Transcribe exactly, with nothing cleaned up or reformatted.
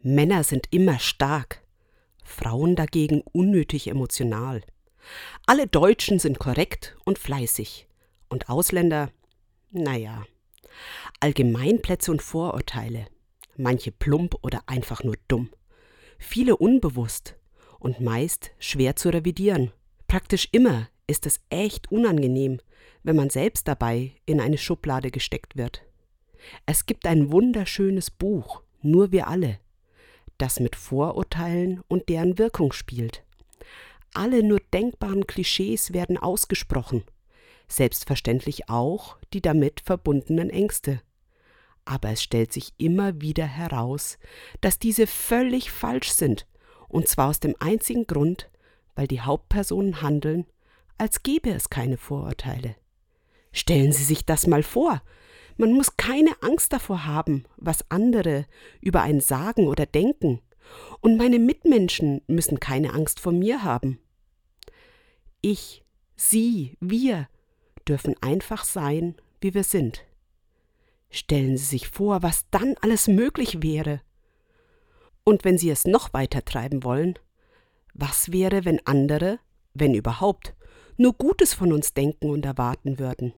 Männer sind immer stark, Frauen dagegen unnötig emotional. Alle Deutschen sind korrekt und fleißig und Ausländer, naja. Allgemeinplätze und Vorurteile, manche plump oder einfach nur dumm. Viele unbewusst und meist schwer zu revidieren. Praktisch immer ist es echt unangenehm, wenn man selbst dabei in eine Schublade gesteckt wird. Es gibt ein wunderschönes Buch, Nur wir alle, das mit Vorurteilen und deren Wirkung spielt. Alle nur denkbaren Klischees werden ausgesprochen, selbstverständlich auch die damit verbundenen Ängste. Aber es stellt sich immer wieder heraus, dass diese völlig falsch sind, und zwar aus dem einzigen Grund, weil die Hauptpersonen handeln, als gäbe es keine Vorurteile. Stellen Sie sich das mal vor. Man muss keine Angst davor haben, was andere über einen sagen oder denken. Und meine Mitmenschen müssen keine Angst vor mir haben. Ich, Sie, wir dürfen einfach sein, wie wir sind. Stellen Sie sich vor, was dann alles möglich wäre. Und wenn Sie es noch weiter treiben wollen, was wäre, wenn andere, wenn überhaupt, nur Gutes von uns denken und erwarten würden?